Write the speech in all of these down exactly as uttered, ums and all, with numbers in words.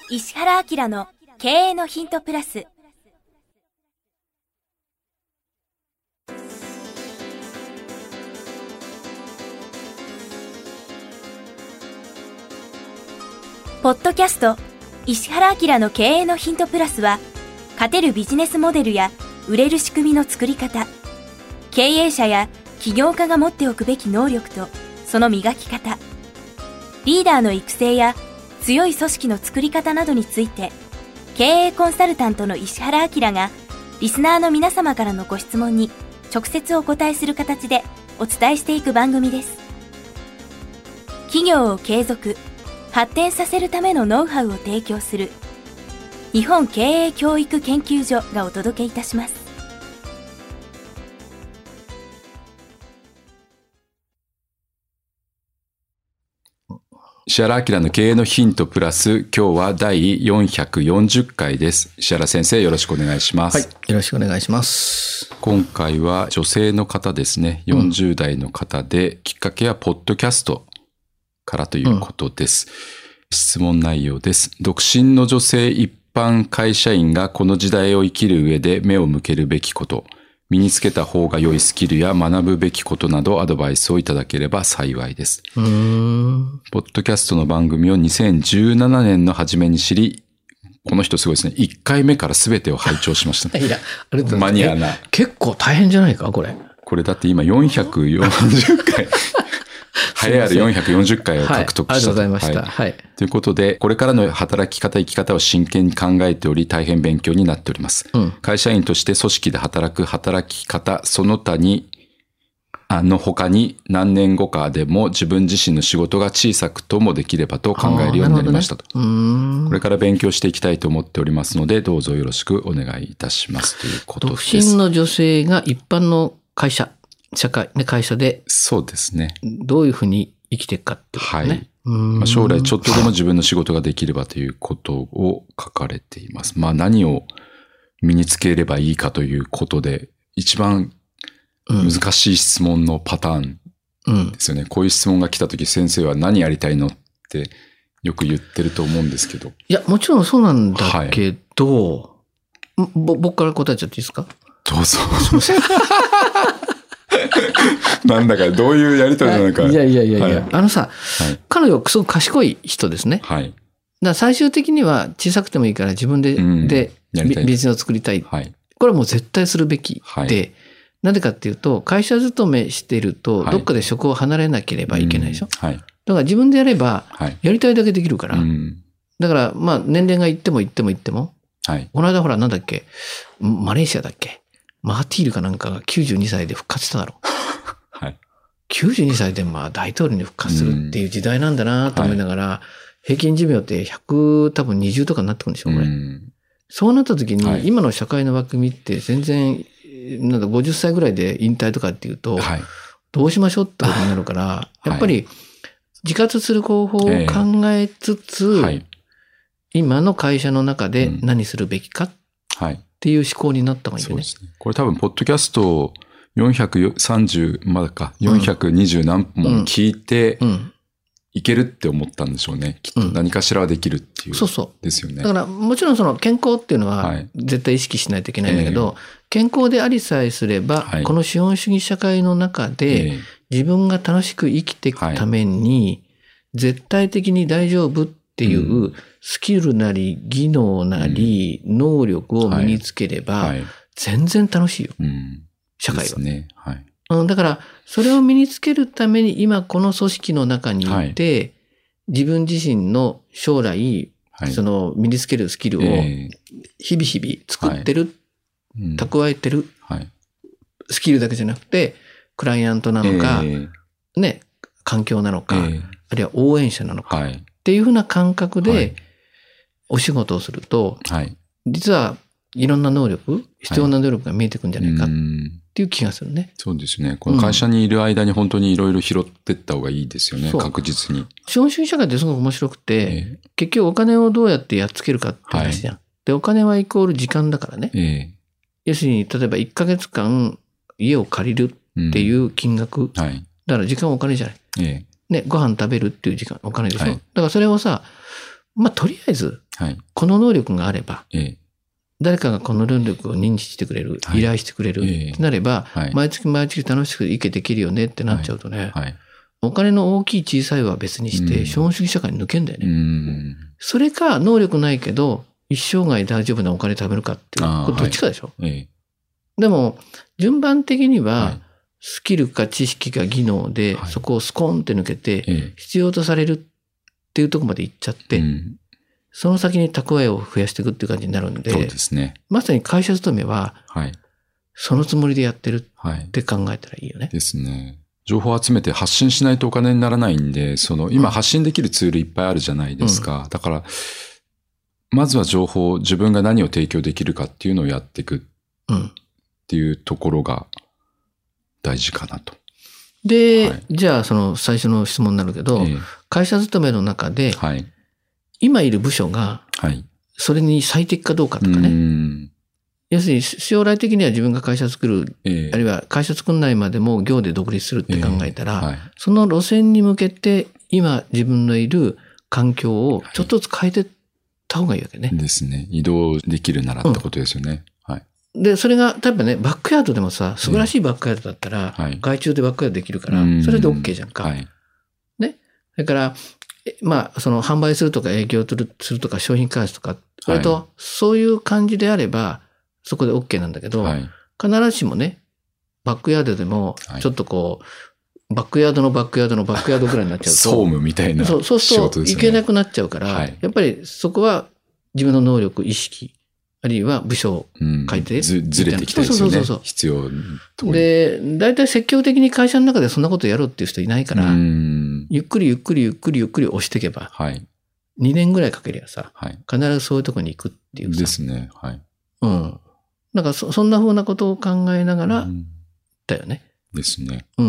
石原明の経営のヒントプラス。ポッドキャスト石原明の経営のヒントプラスは、勝てるビジネスモデルや売れる仕組みの作り方、経営者や起業家が持っておくべき能力とその磨き方、リーダーの育成や強い組織の作り方などについて、経営コンサルタントの石原明がリスナーの皆様からのご質問に直接お答えする形でお伝えしていく番組です。企業を継続発展させるためのノウハウを提供する日本経営教育研究所がお届けいたします。 石原明の経営のヒントプラス、今日は第よんひゃくよんじゅっかいです。石原先生、よろしくお願いします。 はい、よろしくお願いします。 今回は女性の方ですね、よんじゅう代の方で、うん、きっかけはポッドキャストからということです。うん、質問内容です。独身の女性一般会社員がこの時代を生きる上で目を向けるべきこと、身につけた方が良いスキルや学ぶべきことなどアドバイスをいただければ幸いです。 うーん。 ポッドキャストの番組をにせんじゅうななねんの初めに知り、この人すごいですね。いっかいめから全てを拝聴しました。 いや、ありがとうございます。 マニアな。 結構大変じゃないか、これ。 これだって今よんひゃくよんじゅっかい。栄えあるよんひゃくよんじゅっかいを獲得した。 はい、ありがとうございました。はい。 ということで、これからの働き方、生き方を真剣に考えており、大変勉強になっております。うん、会社員として組織で働く働き方、その他に、あの他に何年後かでも自分自身の仕事が小さくともできればと考えるようになりましたと。ね、うーんこれから勉強していきたいと思っておりますので、どうぞよろしくお願いいたしますということです。 独身の女性が一般の会社、社会、ね、会社で。 そうですね。 どういうふうに生きていくかってことね。はい。 まあ、将来ちょっとでも自分の仕事ができればということを書かれています。まあ何を身につければいいかということで、一番難しい質問のパターンですよね。うん、こういう質問が来たとき先生は何やりたいのってよく言ってると思うんですけど。 いや、もちろんそうなんだけど、はい、ぼ僕から答えちゃっていいですか？ どうぞ。すいません。なんだかどういうやりとりなのか。 いやいやいやいや、はい、あのさ、はい、彼女はすごく賢い人ですね。はい。だから最終的には小さくてもいいから自分で、うん、でビジネスを作りたい。はい。これはもう絶対するべきで、はい、なんでかっていうと、会社勤めしていると、どっかで職を離れなければいけないでしょ。はい。だから自分でやれば、やりたいだけできるから。はい、だから、まあ、年齢がいってもいってもいっても。はい。この間ほら、なんだっけ、マレーシアだっけ、マハティールかなんかがきゅうじゅうにさいで復活しただろう。はい。きゅうじゅうにさいでまあ大統領に復活するっていう時代なんだなと思いながら、はい、平均寿命ってひゃく多分にじゅうとかになってくるんでしょう、これ。そうなった時に、今の社会の枠組みって全然、なんだごじゅっさいぐらいで引退とかっていうと、はい、どうしましょうってことになるから、やっぱり自活する方法を考えつつ、えーはい、今の会社の中で何するべきかっていう思考になった方がいいよね。そうですね。 これ多分、ポッドキャストよんひゃくさんじゅう、まだか、よんひゃくにじゅう何本聞いて、いけるって思ったんでしょうね。きっと何かしらはできるっていう。そうそう。ですよね。 だからもちろんその健康っていうのは絶対意識しないといけないんだけど、はいえー、健康でありさえすれば、はい、この資本主義社会の中で自分が楽しく生きていくために、絶対的に大丈夫っていうスキルなり技能なり能力を身につければ、全然楽しいよ。うん、社会は。ですね。はい。だから、それを身につけるために今この組織の中にいて、はい、自分自身の将来、はい、その身につけるスキルを日々日々作ってる、はいうん、蓄えてる、はい、スキルだけじゃなくて、クライアントなのか、えー、ね、環境なのか、えー、あるいは応援者なのか、はい、っていうふうな感覚でお仕事をすると、はい、実はいろんな能力、必要な能力が見えてくるんじゃないか。はいっていう気がするね。 そうですね。この会社にいる間に本当にいろいろ拾っていった方がいいですよね。うん、確実に。 資本主義社会ってすごく面白くて、えー、結局お金をどうやってやっつけるかって話じゃん。はい、で、お金はイコール時間だからね。えー、要するに、例えばいっかげつかん家を借りるっていう金額。うんはい、だから時間はお金じゃない。えー、ね、ご飯食べるっていう時間、お金でしょ。はい、だからそれをさ、まあ、とりあえず、 はい、 この能力があれば、 ええ、 誰かがこの能力を認知してくれる、依頼してくれる、はい、ってなれば、はい、毎月毎月楽しく生きていけるよねってなっちゃうとね、はいはい、お金の大きい小さいは別にして、資本主義社会に抜けんだよね。うん、それか、能力ないけど、一生涯大丈夫なお金貯めるかっていう、これどっちかでしょ。はい、でも、順番的には、はい、スキルか知識か技能で、はい、そこをスコーンって抜けて、ええ、必要とされるっていうところまで行っちゃって、うん、その先に蓄えを増やしていくっていう感じになるんで、 そうですね、 まさに会社勤めは、はい、そのつもりでやってるって考えたらいいよね。はい、 ですね。情報を集めて発信しないとお金にならないんで、その今発信できるツールいっぱいあるじゃないですか。うん、だから、まずは情報、自分が何を提供できるかっていうのをやっていくっていうところが大事かなと。 で、はい、じゃあその最初の質問になるけど、えー、会社勤めの中で、はい、今いる部署が、それに最適かどうかとかね。はい要するに将来的には自分が会社作る、えー、あるいは会社作んないまでも業で独立するって考えたら、えーはい、その路線に向けて今自分のいる環境をちょっとずつ変えていった方がいいわけね。 ですね。移動できるならってことですよね。うん、はい。 で、それが例えばね、バックヤードでもさ、素晴らしいバックヤードだったら、えーはい、外注でバックヤードできるから、それで OK じゃんか。はい、ね。それから、まあ、その販売するとか営業するとか商品開発とか、それとそういう感じであれば、そこで OK なんだけど、はい、必ずしもね、バックヤードでも、ちょっとこう、はい、バックヤードのバックヤードのバックヤードぐらいになっちゃうと。 総務みたいな仕事ですよね。 そう、そうするといけなくなっちゃうから、はい、やっぱりそこは自分の能力、意識、あるいは部署を変えて、うん、 ず、ずれてきたりですよね。そうそうそうそう。必要で、大体積極的に会社の中でそんなことやろうっていう人いないから、ゆっくりゆっくりゆっくりゆっくり押していけば、はい、にねんぐらいかけりゃさ、はい、必ずそういうところに行くっていうさ。 ですね。はい。 うん。なんかそ、そんな風なことを考えながら、だよね。 うん、ですね。うん。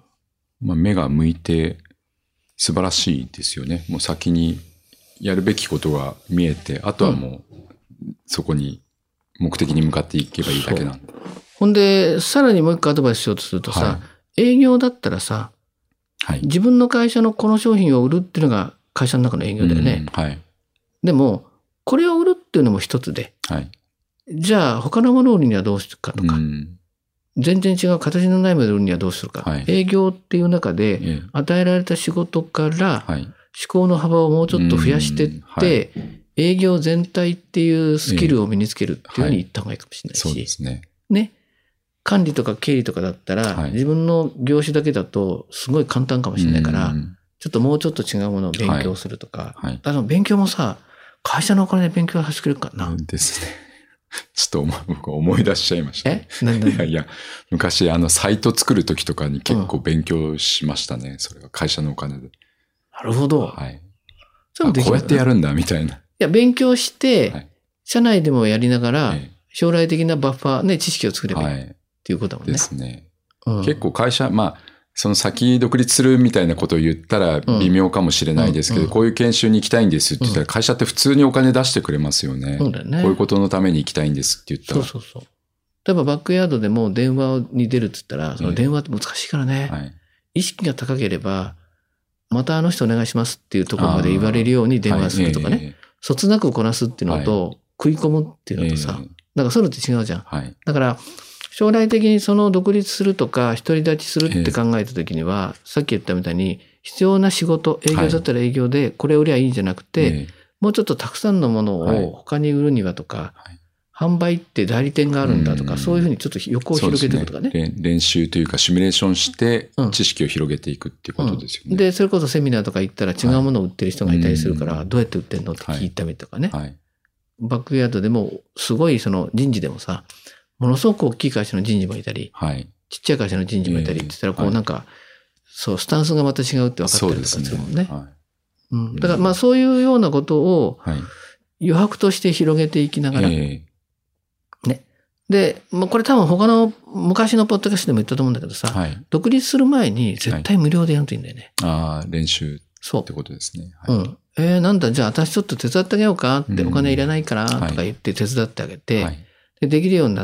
まあ、目が向いて素晴らしいですよね。もう先にやるべきことが見えて、あとはもう、そこに目的に向かっていけばいいだけなんで。 ほんで、さらにもう一個アドバイスしようとするとさ、はい、営業だったらさ、はい、自分の会社のこの商品を売るっていうのが会社の中の営業だよね。うん、はい。でも、これを売るっていうのも一つで、はい。じゃあ、他のものを売るにはどうするかとか、うん、全然違う形のないものを売るにはどうするか、はい、営業っていう中で、与えられた仕事から、はい、思考の幅をもうちょっと増やしていって、はい、営業全体っていうスキルを身につけるっていうふうに言った方がいいかもしれないし、はい、そうですね。ね。管理とか経理とかだったら、はい、自分の業種だけだとすごい簡単かもしれないから、ちょっともうちょっと違うものを勉強するとか、はいはい、だから勉強もさ、会社のお金で勉強はしてくれるかな。 ですね。ちょっと僕思い出しちゃいました、ね。 え何何いやいや、昔あのサイト作るときとかに結構勉強しましたね。うん、それが会社のお金で。 なるほど。 はい。それもできる、こうやってやるんだみたいな。いや、勉強して、はい、社内でもやりながら、将来的なバッファーね、知識を作ればいい、はい、っていうことだもんね。 ですね。うん、結構会社、まあ、その先独立するみたいなことを言ったら微妙かもしれないですけど、うんうん、こういう研修に行きたいんですって言ったら会社って普通にお金出してくれますよね。そうだよね。こういうことのために行きたいんですって言ったら。 そうそうそう。例えばバックヤードでも電話に出るって言ったら、その電話って難しいからね。はい、意識が高ければ、またあの人お願いしますっていうところまで言われるように電話するとかね。はいえー、そつなくこなすっていうのと、はい、食い込むっていうのとさ、えー、だからそういうのって違うじゃん。はい、だから、将来的にその独立するとか、独り立ちするって考えたときには、えー、さっき言ったみたいに、必要な仕事、営業だったら営業で、これ売りゃいいんじゃなくて、はい、もうちょっとたくさんのものを他に売るにはとか、はい、販売って代理店があるんだとか、うん、そういうふうにちょっと横を広げていくとかね。 ね練習というかシミュレーションして知識を広げていくっていうことですよね。 うんうん、で、それこそセミナーとか行ったら違うものを売ってる人がいたりするから、はい、どうやって売ってんのって聞いたりとかね。はいはい、バックヤードでも、すごいその人事でもさ、ものすごく大きい会社の人事もいたり、はい、ちっちゃい会社の人事もいたりって言ったら、こうなんか、はい、そう、スタンスがまた違うって分かったりとかするもんね。はいうん、だからまあそういうようなことを余白として広げていきながら、えー、ね。で、まあこれ多分他の昔のポッドキャストでも言ったと思うんだけどさ、はい、独立する前に絶対無料でやるといいんだよね。 はい、ああ、練習ってことですね。 はい、うん。えー、なんだ、じゃあ私ちょっと手伝ってあげようかってお金いらないからとか言って手伝ってあげて、はい、で, できるようになって、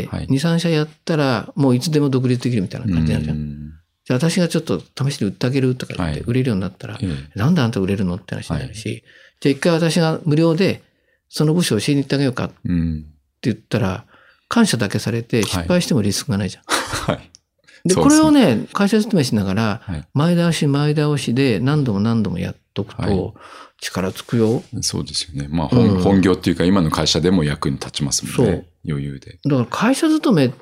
はい、に、さん社やったらもういつでも独立できるみたいな感じになるじゃん。んじゃあ私がちょっと試しに売ってあげるとか言って売れるようになったら、はい、なんであんた売れるのって話になるし、はい、じゃあ一回私が無料でその部署を教えに行ってあげようかって言ったら、感謝だけされて失敗してもリスクがないじゃん。はい。はい、で、これをね、会社勤めしながら、前倒し前倒しで何度も何度もやっとくと、力つくよ。 そうですよね。まあ本、うん、本業っていうか今の会社でも役に立ちますもんね。そう。余裕で。 だから会社勤めって、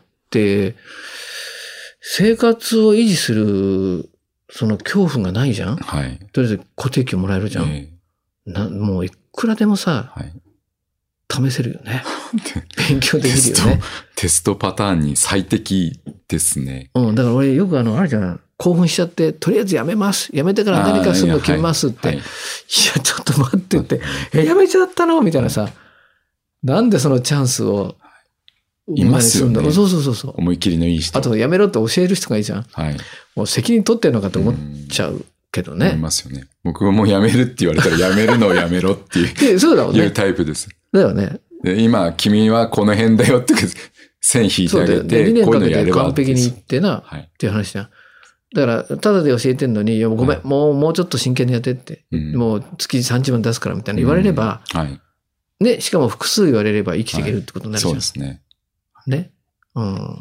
生活を維持する、その恐怖がないじゃん。はい。とりあえず固定給もらえるじゃん。えー、なもういくらでもさ、はい、試せるよね。勉強できるよね。 テストパターンに最適ですね。 うん。だから俺よくあの、あるじゃん。興奮しちゃって、とりあえずやめます。やめてから何かするの決めますって。いや、はい、いやちょっと待ってって。え、やめちゃったのみたいなさ。なんでそのチャンスを。 いますよね。 そうそうそうそう。 思い切りのいい人。 あと、やめろって教える人がいいじゃん。はい。もう責任取ってんのかと思っちゃうけどね。 思いますよね。僕もやめるって言われたらやめるのをやめろっていう。そうだもんね。いうタイプです。 だよね。 で今、君はこの辺だよって線引いてあげて、こういうのやれば。 完璧に言ってな、はい、っていう話じゃん。だから、ただで教えてんのに、いやごめん、はい、もう、もうちょっと真剣にやってって、うん、もう月さんじゅうまん出すからみたいな言われれば、うん、はい。ね、しかも複数言われれば生きていけるってことになるじゃん。はい、そうですね。ね。うん。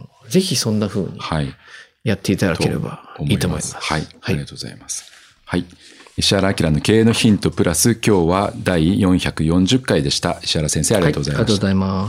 ぜひそんな風にやっていただければいいと思います。 はい。はい、ありがとうございます。はい。石原明の経営のヒントプラス、今日はだいよんひゃくよんじゅっかいでした。石原先生、ありがとうございました。はい、 ありがとうございます。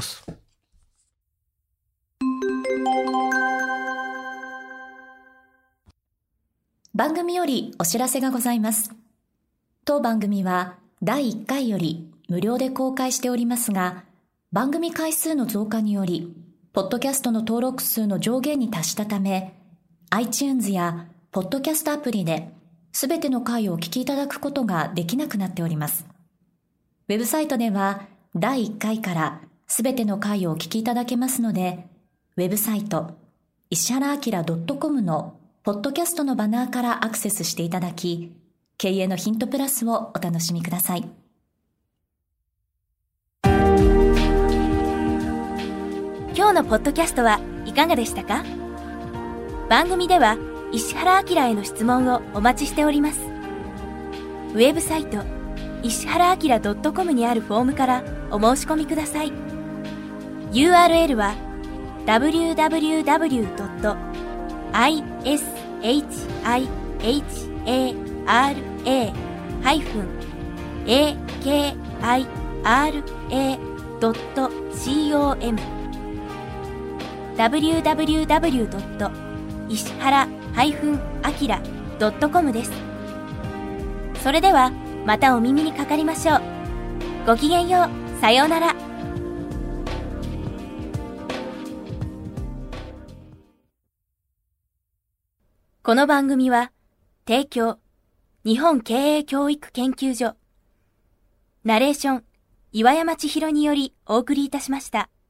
番組よりお知らせがございます。当番組はだいいっかいより無料で公開しておりますが、番組回数の増加により、ポッドキャストの登録数の上限に達したため、iTunes やポッドキャストアプリで、すべての回をお聞きいただくことができなくなっております。ウェブサイトではだいいっかいからすべての回をお聞きいただけますので、ウェブサイト石原明 .com のポッドキャストのバナーからアクセスしていただき、経営のヒントプラスをお楽しみください。今日のポッドキャストはいかがでしたか？番組では石原明への質問をお待ちしております。ウェブサイト石原明 .com にあるフォームからお申し込みください。 ユーアールエル は ダブリューダブリューダブリュードットアイエスエイチアイエイチエーアールエー ハイフン エーケーアイアールエー ドット コム ダブリューダブリューダブリュー ドット 石原 アキラ ドット コム です。それではまたお耳にかかりましょう。ごきげんよう。さようなら。この番組は提供日本経営教育研究所ナレーション岩山千尋によりお送りいたしました。